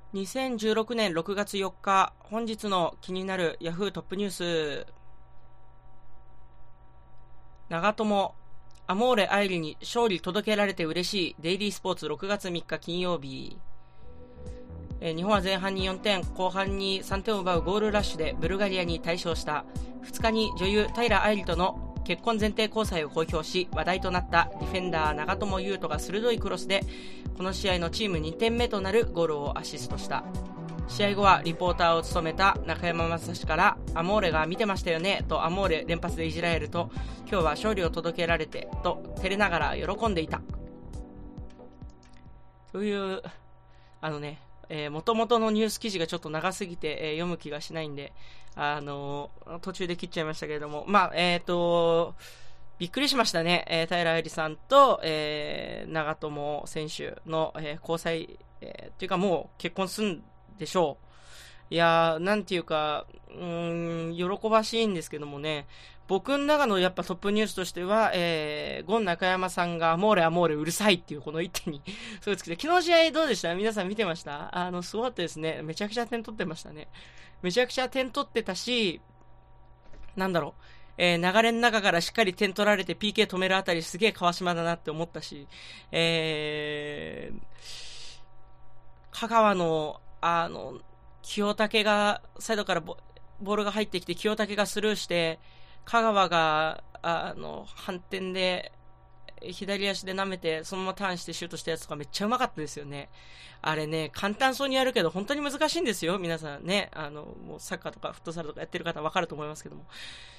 2016年6月4日、本日の気になるヤフートップニュース。長友、アモーレ愛理に勝利届けられて嬉しい。デイリースポーツ6月3日金曜日。日本は前半に4点、後半に3点を奪うゴールラッシュでブルガリアに大勝した。2日に女優平愛理との結婚前提交際を公表し話題となったディフェンダー長友佑都が鋭いクロスでこの試合のチーム2点目となるゴールをアシストした。試合後はリポーターを務めた中山雅史からアモーレが見てましたよねとアモーレ連発でいじられると、今日は勝利を届けられてと照れながら喜んでいたという元々のニュース記事がちょっと長すぎて、読む気がしないんで途中で切っちゃいましたけれども、びっくりしましたね。平愛理さんと、長友選手の、交際、っていうかもう結婚するんでしょう。いやー、なんていうか、喜ばしいんですけどもね、僕の中のやっぱトップニュースとしては、ゴン中山さんがアモーレうるさいっていうこの一点にすごいつけて、昨日試合どうでした？皆さん見てました？すごかったですね。めちゃくちゃ点取ってましたね。めちゃくちゃ点取ってたし、流れの中からしっかり点取られて PK 止めるあたりすげえ川島だなって思ったし、香川の清武がサイドからボールが入ってきて清武がスルーして香川が反転で左足で舐めてそのままターンしてシュートしたやつとかめっちゃうまかったですよね。あれね、簡単そうにやるけど本当に難しいんですよ。皆さんね、もうサッカーとかフットサルとかやってる方は分かると思いますけども、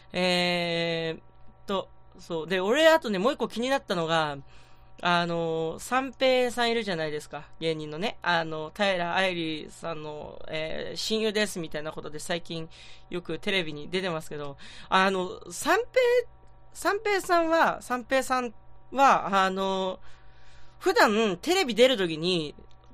そうで、俺あとねもう一個気になったのが三平さんいるじゃないですか、芸人のね、平愛理さんの、親友ですみたいなことで最近よくテレビに出てますけど、三平さんは普段テレビ出るときに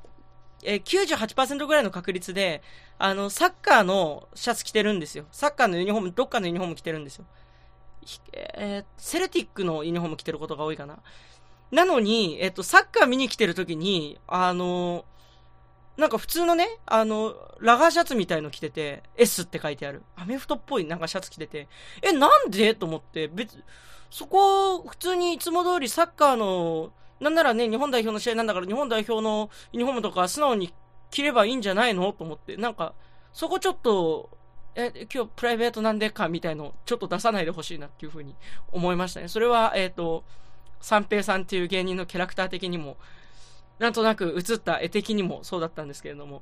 98% ぐらいの確率でサッカーのシャツ着てるんですよ。サッカーのユニフォーム、どっかのユニフォーム着てるんですよ。セルティックのユニフォーム着てることが多いかな。なのに、サッカー見に来てるときに、なんか普通のね、ラガーシャツみたいの着てて、S って書いてある。アメフトっぽいなんかシャツ着てて、なんでと思って、そこ、普通にいつも通りサッカーの、なんならね、日本代表の試合なんだから、日本代表のユニフォームとか素直に着ればいいんじゃないのと思って、なんか、そこちょっと、今日プライベートなんでかみたいの、ちょっと出さないでほしいなっていうふうに思いましたね。それは、三平さんっていう芸人のキャラクター的にもなんとなく映った絵的にもそうだったんですけれども、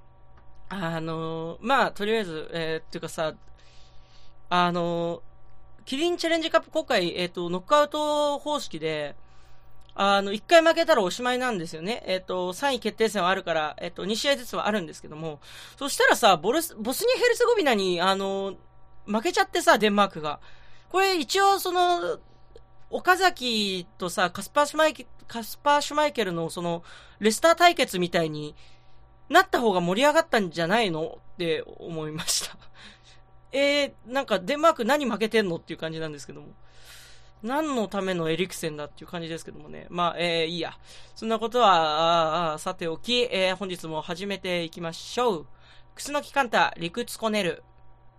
とりあえず、っていうかさ、キリンチャレンジカップ今回、ノックアウト方式で、1回負けたらおしまいなんですよね。3位決定戦はあるから、2試合ずつはあるんですけども、そしたらさ、ボスニア・ヘルツェゴビナに、負けちゃってさ、デンマークが。これ一応岡崎とさ、カスパー・シュマイケルのレスター対決みたいになった方が盛り上がったんじゃないのって思いました。なんかデンマーク何負けてんのっていう感じなんですけども。何のためのエリクセンだっていう感じですけどもね。いいや。そんなことは、さておき、本日も始めていきましょう。楠木カンタ、理屈こねる。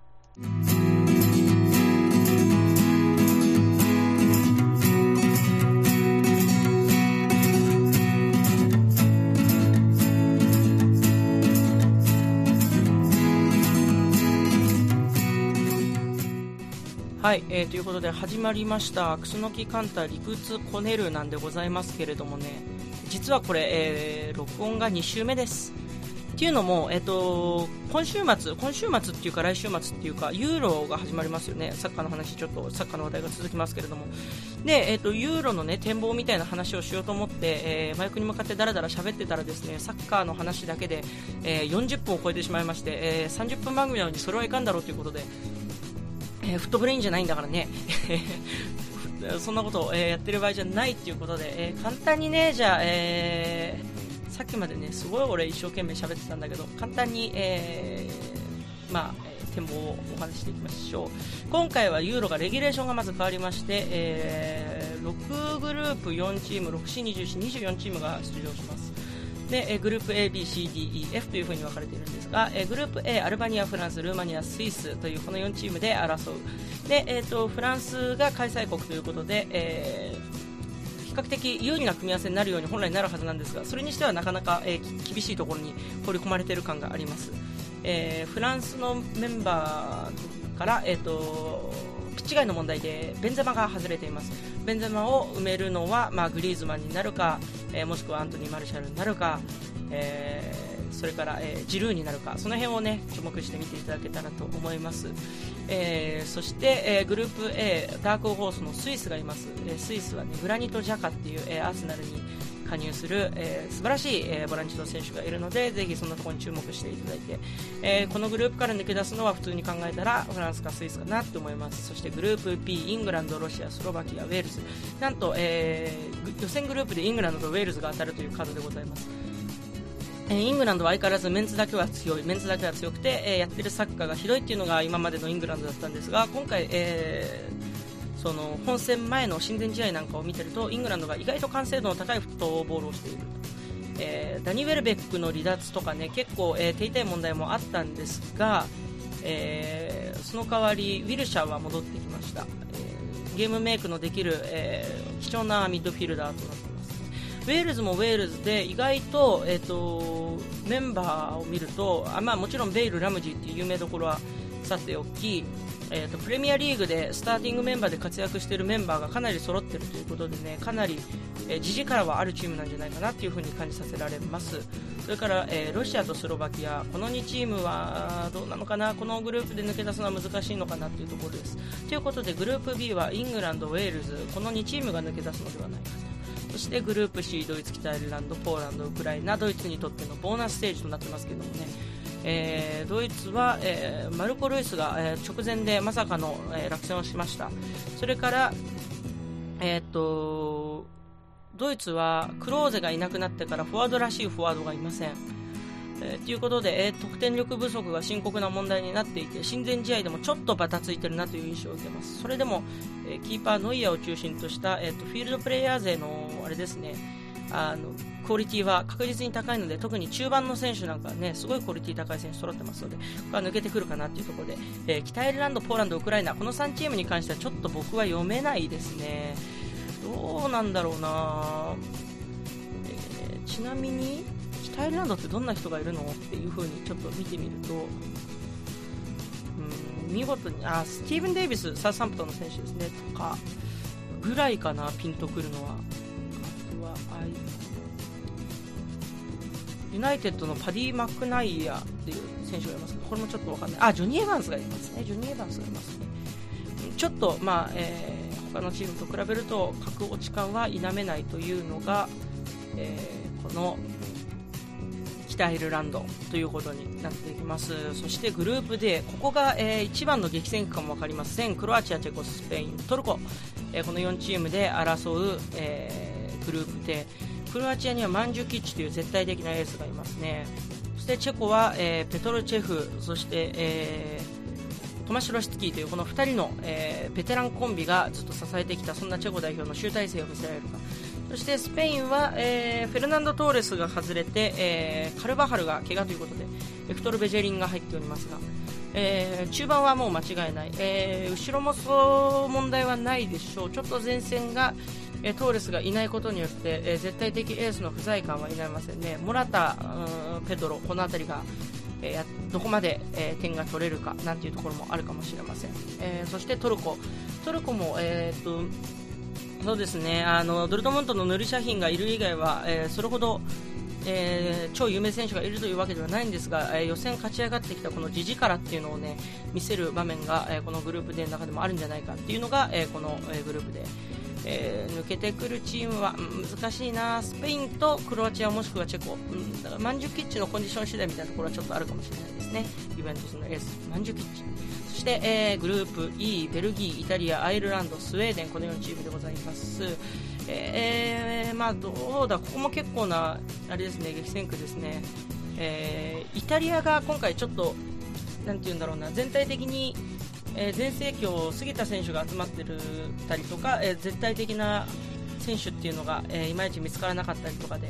はい、ということで始まりました楠木カンタ理屈こねるなんでございますけれどもね、実はこれ、録音が2週目です。っていうのも、今週末っていうか来週末っていうかユーロが始まりますよね。サッカーの話、ちょっとサッカーの話題が続きますけれども、で、ユーロのね展望みたいな話をしようと思って、マイクに向かってダラダラ喋ってたらですね、サッカーの話だけで、40分を超えてしまいまして、30分番組なのにそれはいかんだろうということで、フットブレインじゃないんだからねそんなことを、やってる場合じゃないっていうことで、簡単にね、じゃあ、さっきまでねすごい俺一生懸命喋ってたんだけど、簡単に、展望をお話ししていきましょう。今回はユーロがレギュレーションがまず変わりまして、6グループ4チーム、6、4、24、24チームが出場します。 で、グループ A、B、C、D、E、F という風に分かれているんですが、グループ A、アルバニア、フランス、ルーマニア、スイスというこの4チームで争う。で、フランスが開催国ということで、比較的有利な組み合わせになるように本来なるはずなんですが、それにしてはなかなか、厳しいところに放り込まれている感があります。フランスのメンバーから、ピッチ外の問題でベンゼマが外れています。ベンゼマを埋めるのは、グリーズマンになるか、もしくはアントニー・マルシャルになるか、それから、ジルーになるか、その辺をね注目して見ていただけたらと思います。そして、グループ A ダークホースのスイスがいます。スイスは、ね、グラニット・ジャカっていう、アーセナルに加入する、素晴らしい、ボランチの選手がいるので、ぜひそんなところに注目していただいて、このグループから抜け出すのは普通に考えたらフランスかスイスかなと思います。そしてグループ B、イングランド、ロシア、スロバキア、ウェールズ、なんと、予選グループでイングランドとウェールズが当たるというカードでございます。イングランドは相変わらずメンツだけは強くて、やってるサッカーがひどいっていうのが今までのイングランドだったんですが、今回、その本戦前の親善試合なんかを見てると、イングランドが意外と完成度の高いフットボールをしていると、ダニ・ウェルベックの離脱とかね、結構、手痛い問題もあったんですが、その代わりウィルシャーは戻ってきました。ゲームメイクのできる、貴重なミッドフィルダーとなっています。ウェールズもウェールズで意外と、メンバーを見ると、もちろんベイル、ラムジーっていう有名どころはさておき、プレミアリーグでスターティングメンバーで活躍しているメンバーがかなり揃っているということでね、かなりジジカラはあるチームなんじゃないかなというふうに感じさせられます。それから、ロシアとスロバキア、この2チームはどうなのかな、このグループで抜け出すのは難しいのかなというところです。ということでグループ B はイングランド、ウェールズ、この2チームが抜け出すのではないかと。そしてグループ C、ドイツ、北アイルランド、ポーランド、ウクライナ、ドイツにとってのボーナスステージとなってますけどもね、ドイツは、マルコ・ルイスが、直前でまさかの、落選をしました。それから、ドイツはクローゼがいなくなってからフォワードらしいフォワードがいません。ということで、得点力不足が深刻な問題になっていて、親善試合でもちょっとバタついてるなという印象を受けます。それでも、キーパーノイアーを中心とした、フィールドプレイヤー勢のあれですね、クオリティは確実に高いので、特に中盤の選手なんかはね、すごいクオリティ高い選手揃ってますので、ここは抜けてくるかなというところで、北アイルランド、ポーランド、ウクライナ、この3チームに関してはちょっと僕は読めないですね。どうなんだろうな、ちなみに北アイルランドってどんな人がいるのっていう風にちょっと見てみると、見事にスティーブン・デイビス、サウサンプトンの選手ですねとかぐらいかな、ピンとくるのは。あとはユナイテッドのパディ・マックナイアっていう選手がいますけど、これもちょっとわかんない。ジョニー・エヴァンスがいますね。ジョニー・エヴァンスがいますね。ちょっと他のチームと比べると格落ち感は否めないというのが、この北アイルランドということになっていきます。そしてグループ D、 ここが、一番の激戦区かも分かりません。クロアチア、チェコ、スペイン、トルコ、この4チームで争う、グループ D。 クロアチアにはマンジュキッチという絶対的なエースがいますね。そしてチェコは、ペトルチェフ、そして、トマシュロシツキーというこの2人の、ベテランコンビがずっと支えてきた、そんなチェコ代表の集大成を見せられるか。そしてスペインは、フェルナンド・トーレスが外れて、カルバハルが怪我ということでエクトル・ベジェリンが入っておりますが、中盤はもう間違いない、後ろもそう問題はないでしょう。ちょっと前線が、トーレスがいないことによって、絶対的エースの不在感は否めませんね。モラタ、ペドロ、この辺りがどこまで、点が取れるかなんていうところもあるかもしれません。そしてトルコも、そうですね、ドルトムントのヌルシャヒンがいる以外は、それほど、超有名選手がいるというわけではないんですが、予選勝ち上がってきたこのジジカラっていうのをね見せる場面が、このグループ D の中でもあるんじゃないかっていうのが、この、グループで、抜けてくるチームは難しいな。スペインとクロアチアもしくはチェコ、だからマンジュキッチのコンディション次第みたいなところはちょっとあるかもしれないですね。ユベントスのエースマンジュキッチ、そして、グループ E、 ベルギー、イタリア、アイルランド、スウェーデン、この4チームでございます。どうだ、ここも結構なあれですね、激戦区ですね。イタリアが今回ちょっとなんていうんだろうな、全体的に全盛期を過ぎた選手が集まってるたりとか、絶対的な選手っていうのが、いまいち見つからなかったりとかで、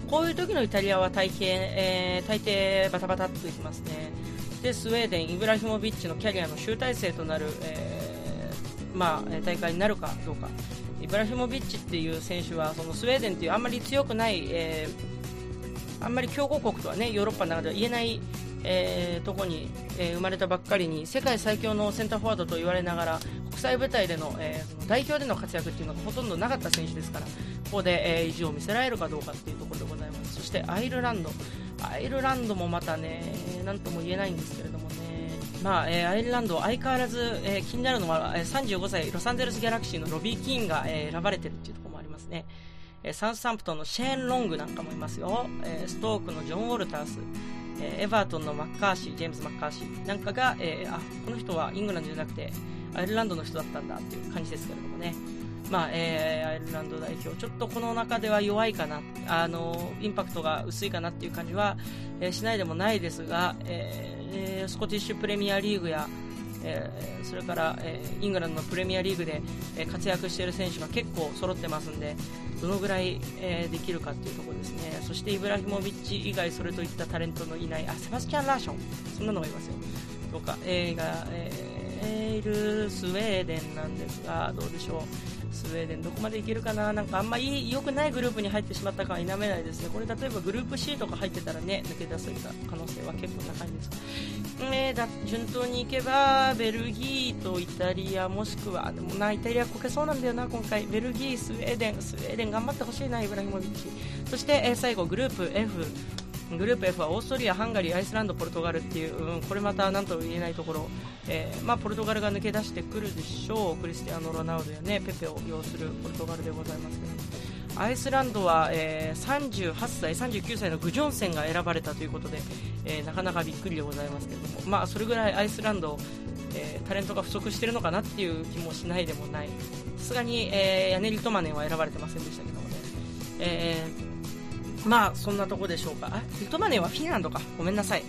こういう時のイタリアは大抵バタバタっといきますね。でスウェーデン、イブラヒモビッチのキャリアの集大成となる、大会になるかどうか。イブラヒモビッチっていう選手はそのスウェーデンというあんまり強くない、あんまり強豪国とはねヨーロッパの中では言えない、とこに、生まれたばっかりに世界最強のセンターフォワードと言われながら国際舞台での、その代表での活躍っていうのがほとんどなかった選手ですから、ここで、意地を見せられるかどうかっていうところでございます。そしてアイルランドもまたねなんとも言えないんですけれどもね、アイルランド相変わらず、気になるのは、35歳ロサンゼルスギャラクシーのロビー・キーンが、選ばれてるっていうところもありますね。サウスサンプトンのシェーン・ロングなんかもいますよ。ストークのジョン・ウォルタース、エバートンのマッカーシー、ジェームズ・マッカーシーなんかが、この人はイングランドじゃなくてアイルランドの人だったんだっていう感じですけれどもね。アイルランド代表ちょっとこの中では弱いかな、インパクトが薄いかなっていう感じは、しないでもないですが、スコティッシュプレミアリーグや、それから、イングランドのプレミアリーグで、活躍している選手が結構揃ってますんで、どのぐらい、できるかっていうところですね。そしてイブラヒモビッチ以外それといったタレントのいないセバスチャン・ラーション、そんなのがいますよとか、いるスウェーデンなんですが、どうでしょう。スウェーデンどこまでいけるかな。なんかあんまり良くないグループに入ってしまったかは否めないですね。これ例えばグループ C とか入ってたらね抜け出せた可能性は結構高いんですが、順当にいけばベルギーとイタリア、もしくはでもイタリアこけそうなんだよな今回。ベルギー、スウェーデン頑張ってほしいな、イブラヒモビッチ。そして、最後グループ F はオーストリア、ハンガリー、アイスランド、ポルトガルっていう、これまた何とも言えないところ、ポルトガルが抜け出してくるでしょう。クリスティアーノ・ロナウドや、ペペを擁するポルトガルでございますけど、アイスランドは、38歳、39歳のグジョンセンが選ばれたということで、なかなかびっくりでございますけれども、それぐらいアイスランド、タレントが不足しているのかなっていう気もしないでもない。さすがに、ヤネリトマネンは選ばれてませんでしたけどもね。そんなとこでしょうか。リトマネンはフィンランドか。ごめんなさい。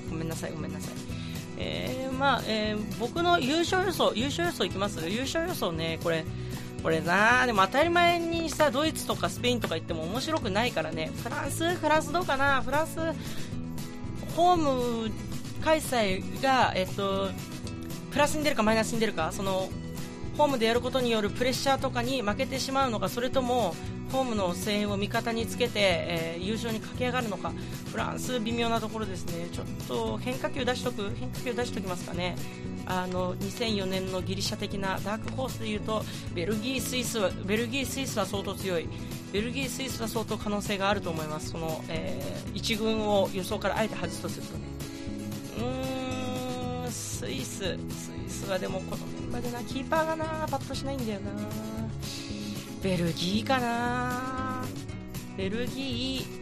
僕の優勝予想いきます。優勝予想ね、これでも当たり前にさ、ドイツとかスペインとか言っても面白くないからね。フランスどうかな。フランスホーム開催がプラスに出るかマイナスに出るか、そのホームでやることによるプレッシャーとかに負けてしまうのか、それともホームの声援を味方につけて、優勝に駆け上がるのか。フランス微妙なところですね。ちょっと変化球出しときますかね。2004年のギリシャ的なダークホースでいうとベルギースイスは相当強い。ベルギースイスは相当可能性があると思います。その、一軍を予想からあえて外すとするとね、スイスはでもこのメンバーでな、キーパーがなパッとしないんだよな。ベルギーかな。ベルギー、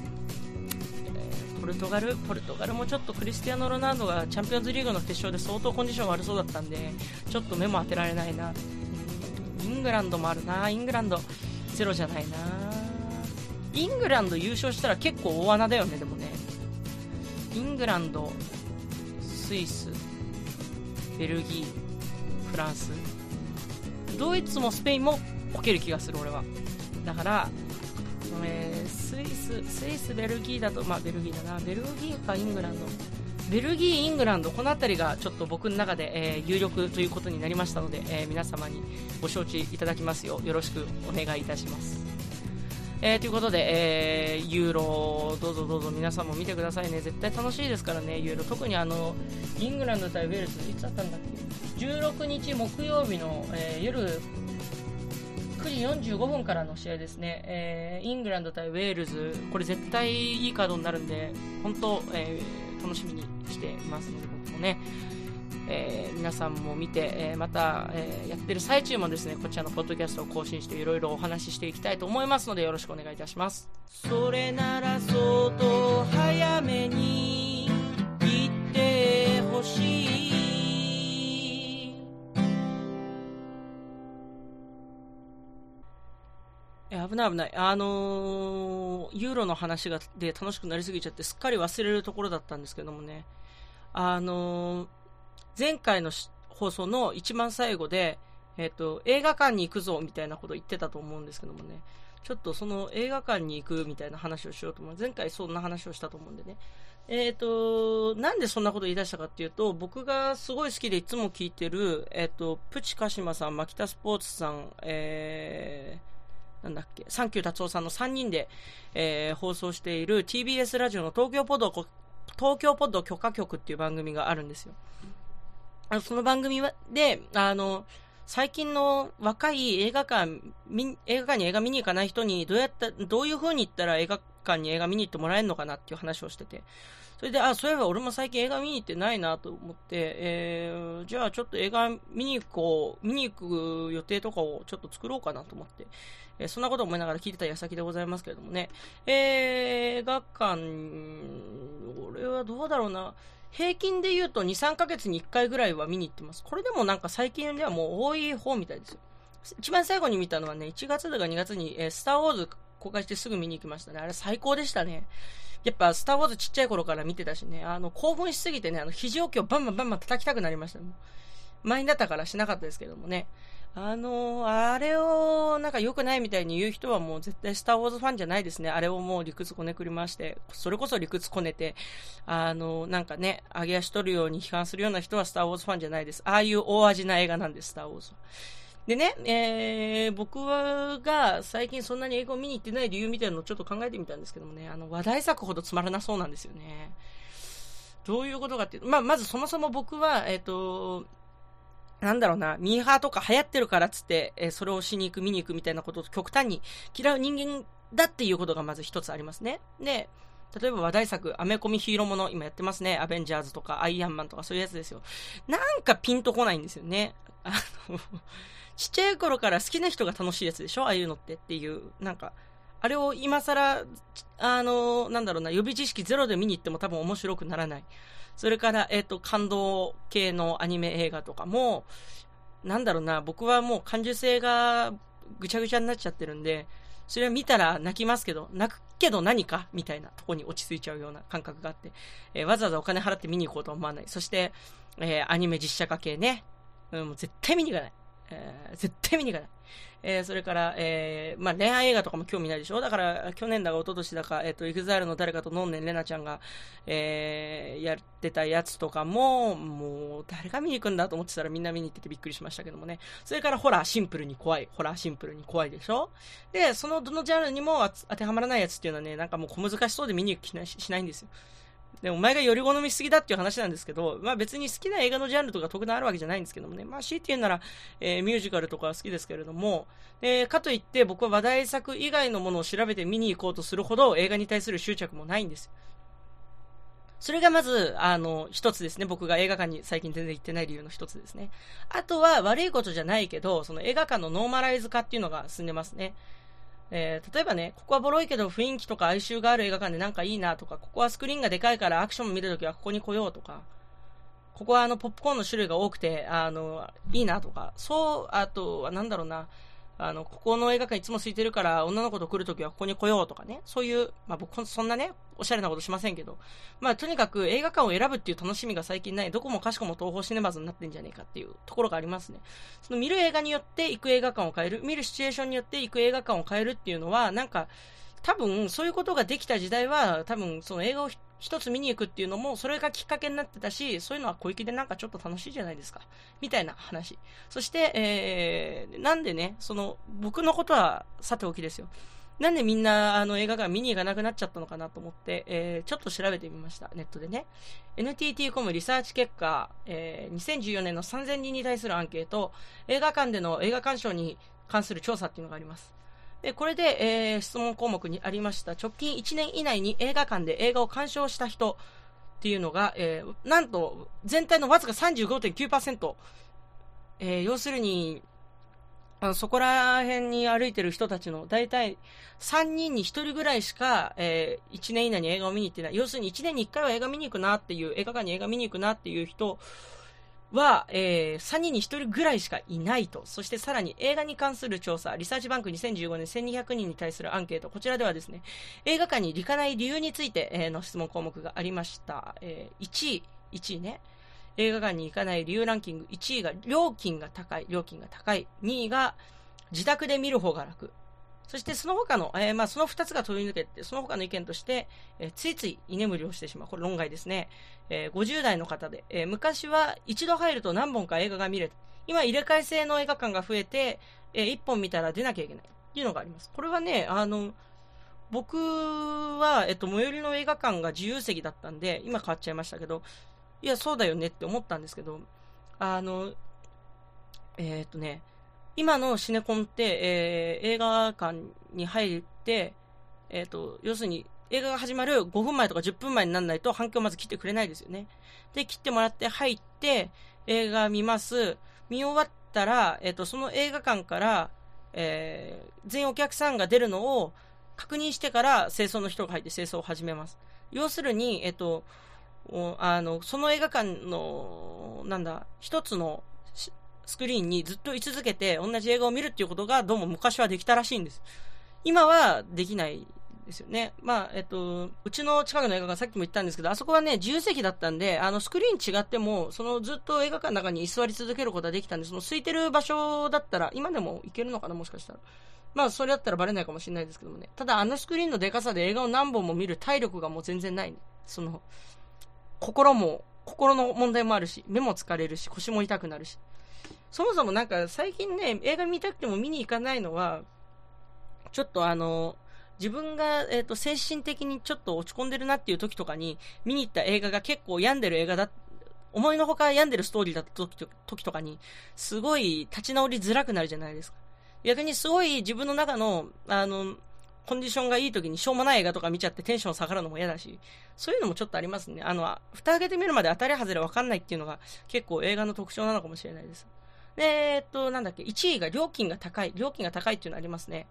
ポルトガルもちょっとクリスティアーノ・ロナウドがチャンピオンズリーグの決勝で相当コンディション悪そうだったんで、ちょっと目も当てられないな。イングランドもあるな。イングランドゼロじゃないな。イングランド優勝したら結構大穴だよね。でもね、イングランド、スイス、ベルギー、フランス、ドイツもスペインもこける気がする俺は。だから、スイスベルギーだと、ベルギーだな。ベルギーかイングランド、ベルギーイングランド、この辺りがちょっと僕の中で、有力ということになりましたので、皆様にご承知いただきますようよろしくお願いいたします。ということで、ユーロどうぞ皆さんも見てくださいね。絶対楽しいですからね、ユーロ。特にイングランド対ウェールズ、いつだったんだっけ、16日木曜日の、夜9時45分からの試合ですね。イングランド対ウェールズ、これ絶対いいカードになるんで本当、楽しみにしていますので、僕もね、皆さんも見て、また、やってる最中もですね、こちらのポッドキャストを更新していろいろお話ししていきたいと思いますので、よろしくお願いいたします。それなら相当早めに言ってほしい。危ない。ユーロの話で楽しくなりすぎちゃってすっかり忘れるところだったんですけどもね、前回の放送の一番最後で、映画館に行くぞみたいなこと言ってたと思うんですけどもね、 ちょっとその映画館に行くみたいな話をしようと思う。前回そんな話をしたと思うんでね。なんでそんなこと言い出したかっていうと、僕がすごい好きでいつも聞いてる、プチカシマさん、マキタスポーツさん、なんだっけ、サンキュー達夫さんの3人で、放送している TBS ラジオの東京ポッド許可局っていう番組があるんですよ。その番組で、最近の若い映画館に映画見に行かない人にどういう風に行ったら映画館に映画見に行ってもらえるのかなっていう話をしてて、それで、そういえば俺も最近映画見に行ってないなと思って、じゃあちょっと映画見に行く予定とかをちょっと作ろうかなと思って、そんなことを思いながら聞いてた矢先でございますけれどもね、映画館、俺はどうだろうな、平均で言うと2、3ヶ月に1回ぐらいは見に行ってます。これでもなんか最近ではもう多い方みたいですよ。一番最後に見たのはね、1月だか2月に、スターウォーズ公開してすぐ見に行きましたね。あれ最高でしたね。やっぱスターウォーズちっちゃい頃から見てたしね、興奮しすぎてね、肘置きをバンバン叩きたくなりましたね。前にだったからしなかったですけどもね。あれをなんか良くないみたいに言う人はもう絶対スターウォーズファンじゃないですね。あれをもう理屈こねくり回して、それこそ理屈こねて、なんかね、揚げ足取るように批判するような人はスターウォーズファンじゃないです。ああいう大味な映画なんです、スターウォーズは。でね、僕が最近そんなに映画を見に行ってない理由みたいなのをちょっと考えてみたんですけどもね、話題作ほどつまらなそうなんですよね。どういうことかっていうと、まずそもそも僕は、なんだろうな、ミーハーとか流行ってるからっつって、それを見に行くみたいなことを極端に嫌う人間だっていうことがまず一つありますね。で、例えば話題作、アメコミヒーローもの、今やってますね。アベンジャーズとかアイアンマンとかそういうやつですよ。なんかピンとこないんですよね。ちっちゃい頃から好きな人が楽しいやつでしょ、ああいうのっていう、なんか、あれを今更、なんだろうな、予備知識ゼロで見に行っても多分面白くならない。それから、感動系のアニメ映画とかも、なんだろうな、僕はもう感受性がぐちゃぐちゃになっちゃってるんで、それは見たら泣きますけど、泣くけど何かみたいなとこに落ち着いちゃうような感覚があって、わざわざお金払って見に行こうとは思わない。そして、アニメ実写化系ね、もう絶対見に行かない。絶対見に行かない。それから、恋愛映画とかも興味ないでしょ。だから、去年だか一昨年だか、EXILE の誰かとのんねんれなちゃんが、やってたやつとかも、もう、誰が見に行くんだと思ってたらみんな見に行っててびっくりしましたけどもね。それから、ホラーシンプルに怖いでしょ。で、そのどのジャンルにも当てはまらないやつっていうのはね、なんかもう小難しそうで見に行くしないんですよ。で、お前がより好みしすぎだっていう話なんですけど、別に好きな映画のジャンルとか特段あるわけじゃないんですけどもね。強いて言うなら、ミュージカルとかは好きですけれども、かといって僕は話題作以外のものを調べて見に行こうとするほど映画に対する執着もないんです。それがまず、一つですね。僕が映画館に最近全然行ってない理由の一つですね。あとは悪いことじゃないけど、その映画館のノーマライズ化っていうのが進んでますね。例えばね、ここはボロいけど雰囲気とか哀愁がある映画館でなんかいいなとか、ここはスクリーンがでかいからアクション見るときはここに来ようとか、ここはポップコーンの種類が多くて、いいなとか、あとはなんだろうな、ここの映画館いつも空いてるから女の子と来るときはここに来ようとかね、そういう、僕そんなね、おしゃれなことしませんけど、とにかく映画館を選ぶっていう楽しみが最近ない、どこもかしこも東宝シネマズになってんじゃねえかっていうところがありますね。その見る映画によって行く映画館を変える、見るシチュエーションによって行く映画館を変えるっていうのは、なんか、多分そういうことができた時代は、多分その映画を一つ見に行くっていうのも、それがきっかけになってたし、そういうのは小粋でなんかちょっと楽しいじゃないですか。みたいな話。そして、なんでね、僕のことはさておきですよ。なんでみんな映画館見に行かなくなっちゃったのかなと思って、ちょっと調べてみました。ネットでね。NTT コムリサーチ結果、2014年の3000人に対するアンケート、映画館での映画鑑賞に関する調査っていうのがあります。で、これで、質問項目にありました、直近1年以内に映画館で映画を鑑賞した人っていうのが、なんと、全体のわずか 35.9%。要するに、そこら辺に歩いてる人たちの大体3人に1人ぐらいしか、1年以内に映画を見に行ってない。要するに1年に1回は映画見に行くなっていう、映画館に映画見に行くなっていう人は、3人に1人ぐらいしかいないと。そしてさらに映画に関する調査、リサーチバンク2015年1200人に対するアンケート、こちらではですね、映画館に行かない理由について、の質問項目がありました。1位ね。映画館に行かない理由ランキング、1位が料金が高い。2位が自宅で見る方が楽。 そしてその他の、その2つが通り抜けて、その他の意見として、ついつい居眠りをしてしまう。これ論外ですね。50代の方で、昔は一度入ると何本か映画が見れた。今、入れ替え制の映画館が増えて、1本見たら出なきゃいけない。っていうのがあります。これはね、僕は、最寄りの映画館が自由席だったんで、今変わっちゃいましたけど、いや、そうだよねって思ったんですけど、今のシネコンって、映画館に入って、要するに映画が始まる5分前とか10分前にならないと反響まず切ってくれないですよね。で、切ってもらって入って、映画見ます。見終わったら、その映画館から、全員お客さんが出るのを確認してから清掃の人が入って清掃を始めます。要するに、その映画館の、一つのスクリーンにずっと居続けて同じ映画を見るっていうことがどうも昔はできたらしいんです。今はできないですよね。うちの近くの映画館さっきも言ったんですけど、あそこはね、自由席だったんで、スクリーン違っても、ずっと映画館の中に居座り続けることができたんで、その空いてる場所だったら、今でも行けるのかな、もしかしたら。それだったらバレないかもしれないですけどもね。ただ、スクリーンのデカさで映画を何本も見る体力がもう全然ない、ね。心の問題もあるし、目も疲れるし、腰も痛くなるし。そもそも最近ね、映画見たくても見に行かないのは、ちょっと自分が、精神的にちょっと落ち込んでるなっていう時とかに、見に行った映画が結構病んでる映画だ、思いのほか病んでるストーリーだった時とかに、すごい立ち直りづらくなるじゃないですか。逆にすごい自分の中の、コンディションがいい時にしょうもない映画とか見ちゃってテンション下がるのも嫌だし、そういうのもちょっとありますね。蓋開けてみるまで当たり外れ分かんないっていうのが結構映画の特徴なのかもしれないです。で、1位が料金が高い。料金が高いっていうのありますね。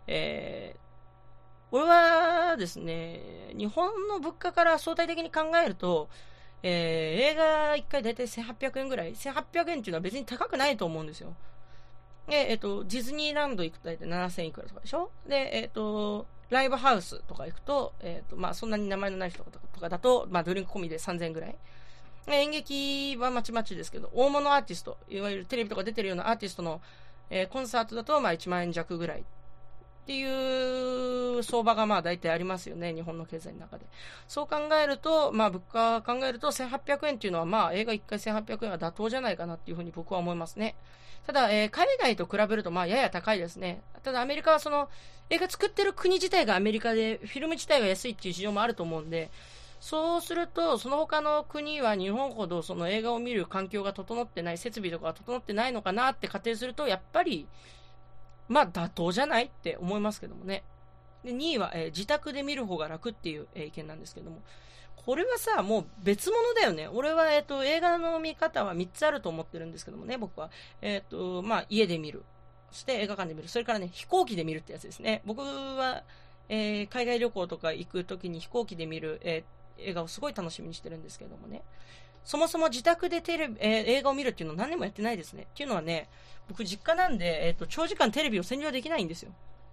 これはですね、日本の物価から相対的に考えると、映画1回だいたい1800円ぐらい。1800円っていうのは別に高くないと思うんですよ。で、ディズニーランド行くと大体7000いくらとかでしょ。で、ライブハウスとか行くと、そんなに名前のない人とかだと、ドリンク込みで3000円ぐらい。演劇はまちまちですけど、大物アーティスト、いわゆるテレビとか出てるようなアーティストの、コンサートだと1万円弱ぐらいっていう相場が大体ありますよね、日本の経済の中で。そう考えると、物価考えると1800円っていうのは映画1回1800円は妥当じゃないかなっていうふうに僕は思いますね。ただ、海外と比べるとやや高いですね。ただアメリカは映画作ってる国自体がアメリカで、フィルム自体が安いっていう事情もあると思うんで、そうすると、その他の国は日本ほどその映画を見る環境が整ってない、設備とかが整ってないのかなって仮定すると、やっぱり、妥当じゃないって思いますけどもね。で、2位は、自宅で見る方が楽っていう、意見なんですけども。これはさ、もう別物だよね。俺は、映画の見方は3つあると思ってるんですけどもね、僕は。家で見る。そして映画館で見る。それからね、飛行機で見るってやつですね。僕は、海外旅行とか行くときに飛行機で見る、映画をすごい楽しみにしてるんですけどもね。そもそも自宅で映画を見るっていうのを何年もやってないですね。っていうのはね、僕実家なんで、長時間テレビを占領できないんですよ。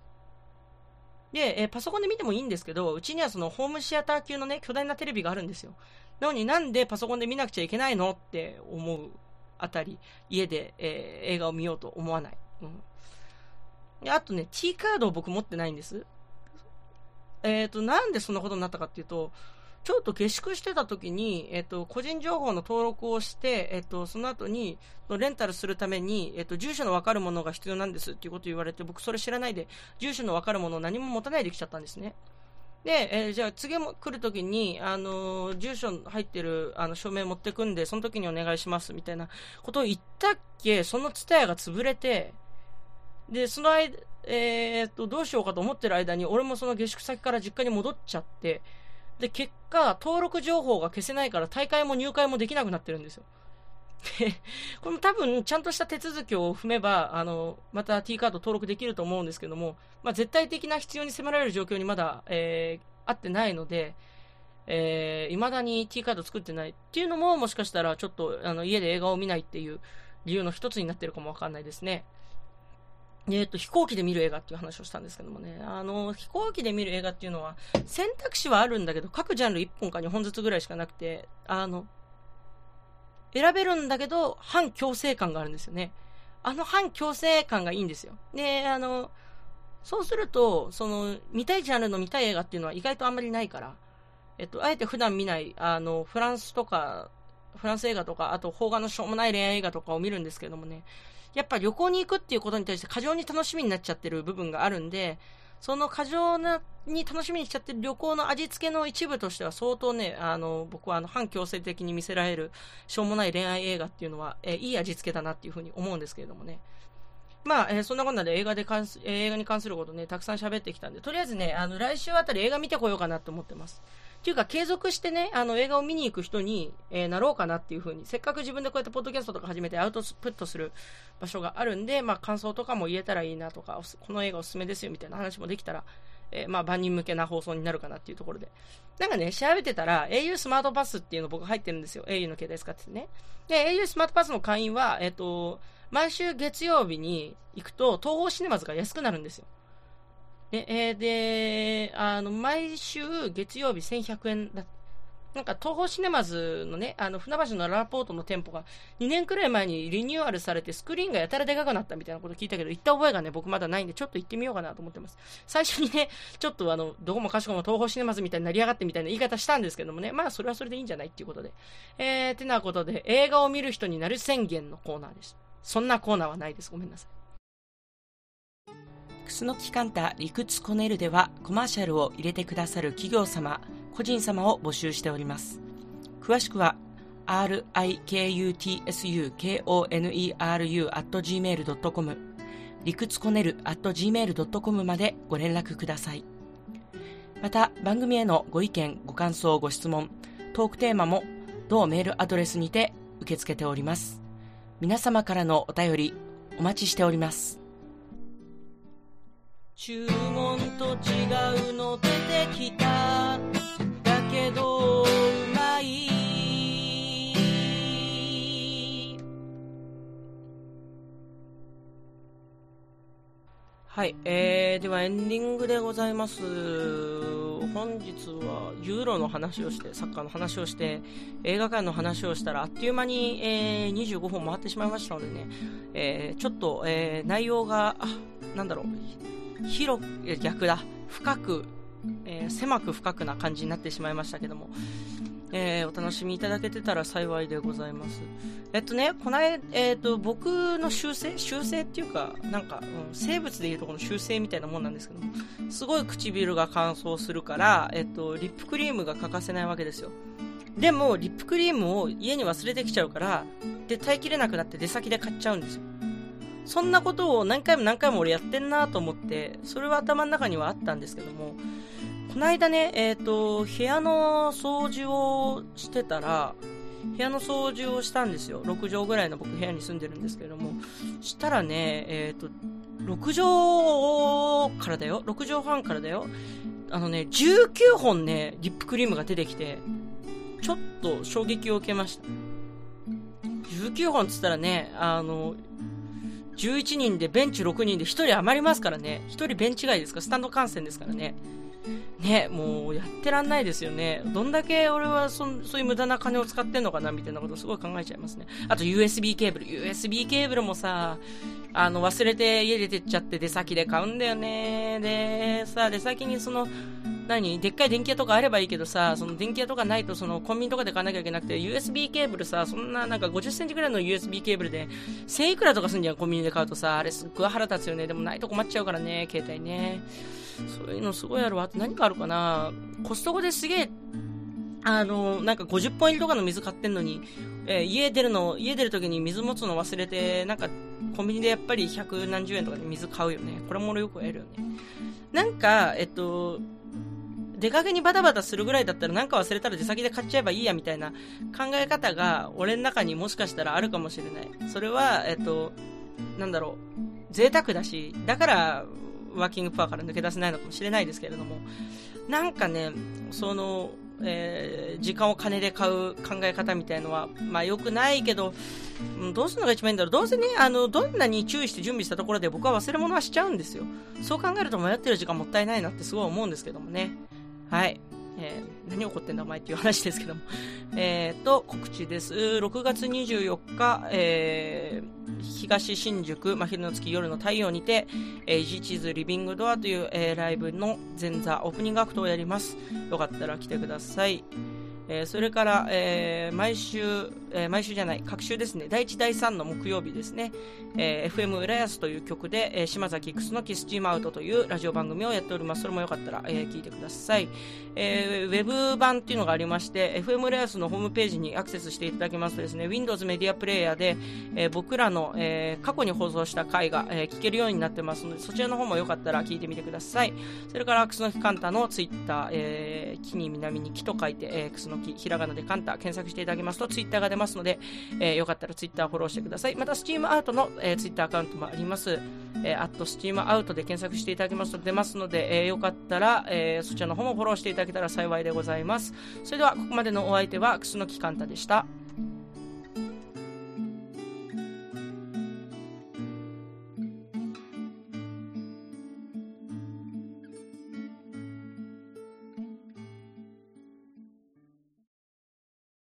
で、パソコンで見てもいいんですけど、うちにはホームシアター級のね、巨大なテレビがあるんですよ。なのになんでパソコンで見なくちゃいけないのって思うあたり、家で、映画を見ようと思わない。であとね、T カードを僕持ってないんです。なんでそんなことになったかっていうと、ちょっと下宿してた時に、個人情報の登録をして、その後に、レンタルするために、住所のわかるものが必要なんですっていうことを言われて、僕それ知らないで、住所のわかるものを何も持たないで来ちゃったんですね。で、じゃあ次も来る時に、住所入ってる、証明持ってくんで、その時にお願いします、みたいなことを言ったっけ、そのツタヤが潰れて、で、その間、どうしようかと思ってる間に、俺もその下宿先から実家に戻っちゃって、で、結果、登録情報が消せないから大会も入会もできなくなってるんですよ。で、これも多分、ちゃんとした手続きを踏めば、また T カード登録できると思うんですけども、絶対的な必要に迫られる状況にまだ、合ってないので、未だに T カード作ってないっていうのも、もしかしたらちょっと、家で映画を見ないっていう理由の一つになってるかもわかんないですね。飛行機で見る映画っていう話をしたんですけどもね、飛行機で見る映画っていうのは、選択肢はあるんだけど、各ジャンル1本か2本ずつぐらいしかなくて、選べるんだけど、反強制感があるんですよね。反強制感がいいんですよ。で、 そうすると、見たいジャンルの見たい映画っていうのは意外とあんまりないから、あえて普段見ない、フランス映画とか、あと邦画のしょうもない恋愛映画とかを見るんですけれどもね、やっぱ旅行に行くっていうことに対して過剰に楽しみになっちゃってる部分があるんで、その過剰に楽しみにしちゃってる旅行の味付けの一部としては相当ね、僕は反強制的に見せられるしょうもない恋愛映画っていうのは、いい味付けだなっていうふうに思うんですけれどもね。まあ、そんなこんなで映画に関することね、たくさん喋ってきたんで、とりあえずね、来週あたり映画見てこようかなと思ってます。っていうか、継続してね、映画を見に行く人に、なろうかなっていう風に、せっかく自分でこうやってポッドキャストとか始めてアウトプットする場所があるんで、まあ、感想とかも言えたらいいなとか、この映画おすすめですよみたいな話もできたら、まあ、万人向けな放送になるかなっていうところで。なんかね、調べてたら、au スマートパスっていうの僕入ってるんですよ。au の携帯使っててね。で、au スマートパスの会員は、毎週月曜日に行くと、東宝シネマズが安くなるんですよ。で、毎週月曜日1100円だ。なんか東宝シネマズのね、船橋のララポートの店舗が2年くらい前にリニューアルされてスクリーンがやたらでかくなったみたいなこと聞いたけど、行った覚えがね、僕まだないんで、ちょっと行ってみようかなと思ってます。最初にね、ちょっとどこもかしこも東宝シネマズみたいになりやがってみたいな言い方したんですけどもね、まあそれはそれでいいんじゃないっていうことで。てなことで、映画を見る人になる宣言のコーナーでした。そんなコーナーはないです。ごめんなさい。楠木カンタ理屈コネルではコマーシャルを入れてくださる企業様、個人様を募集しております。詳しくは rikutsukoneru@gmail.com 理屈コネル @gmail.com までご連絡ください。また番組へのご意見、ご感想、ご質問、トークテーマも同メールアドレスにて受け付けております。皆様からのお便りお待ちしております。注文と違うの出てきた。だけどうまい。はい、ではエンディングでございます。本日はユーロの話をして、サッカーの話をして、映画館の話をしたらあっという間に、25分回ってしまいましたのでね、ちょっと、内容がなんだろう、深く、狭く深くな感じになってしまいましたけども、お楽しみいただけてたら幸いでございます。この間、僕の習性っていうか、なんか、生物でいうとこの習性みたいなもんなんですけども、すごい唇が乾燥するから、リップクリームが欠かせないわけですよ。でも、リップクリームを家に忘れてきちゃうから、で、耐えきれなくなって出先で買っちゃうんですよ。そんなことを何回も俺やってんなと思って、それは頭の中にはあったんですけども、この間ね、部屋の掃除をしてたら、部屋の掃除をしたんですよ。6畳ぐらいの僕部屋に住んでるんですけれども、したらね、6畳半からだよ。19本ね、リップクリームが出てきて、ちょっと衝撃を受けました。19本つったらね、11人でベンチ6人で1人余りますからね。1人ベンチ外ですから、スタンド観戦ですからね。ね、もうやってらんないですよね。どんだけ俺はそういう無駄な金を使ってんのかなみたいなことをすごい考えちゃいますね。あと USB ケーブルもさ、忘れて家出てっちゃって出先で買うんだよね。でさ、出先にでっかい電気屋とかあればいいけどさ、その電気屋とかないとコンビニとかで買わなきゃいけなくて、USB ケーブルさ、そんななんか50センチぐらいの USB ケーブルで1000いくらとかすんじゃん、コンビニで買うとさ、あれすっごい腹立つよね。でもないと困っちゃうからね、携帯ね。そういうのすごいあるわ。あと何かあるかな、コストコですげえ、なんか50本入りとかの水買ってんのに、家出る時に水持つの忘れて、なんかコンビニでやっぱり100何十円とかで水買うよね。これも俺よくやるよね。なんか、出かけにバタバタするぐらいだったらなんか忘れたら出先で買っちゃえばいいやみたいな考え方が俺の中にもしかしたらあるかもしれない。それは、なんだろう、贅沢だし、だからワーキングプアから抜け出せないのかもしれないですけれども、なんかね、時間を金で買う考え方みたいのは、まあ良くないけど、どうするのが一番いいんだろう。どうせね、どんなに注意して準備したところで僕は忘れ物はしちゃうんですよ。そう考えると迷ってる時間もったいないなってすごい思うんですけどもね。はい。何怒ってんだお前っていう話ですけども。告知です。6月24日、 東新宿、真昼の月夜の太陽にて、イジチズリビングドアという、ライブの前座オープニングアクトをやります。よかったら来てください。それから、毎週じゃない、各週ですね、第1、第3の木曜日ですね、FM 浦安という曲で、島崎楠木スチームアウトというラジオ番組をやっております。それもよかったら、聞いてください。ウェブ版っていうのがありまして、FM 浦安のホームページにアクセスしていただきますとですね、Windows メディアプレイヤーで、僕らの、過去に放送した回が、聞けるようになってますので、そちらの方もよかったら聞いてみてください。それから、楠木カンタのツイッター、木に南に木と書いて、楠木ひらがなでカンタ検索していただきますとツイッターが出ますので、よかったらツイッターフォローしてください。またスチームアウトの、ツイッターアカウントもあります。スチームアウトで検索していただきますと出ますので、よかったら、そちらの方もフォローしていただけたら幸いでございます。それではここまでのお相手は楠木カンタでした。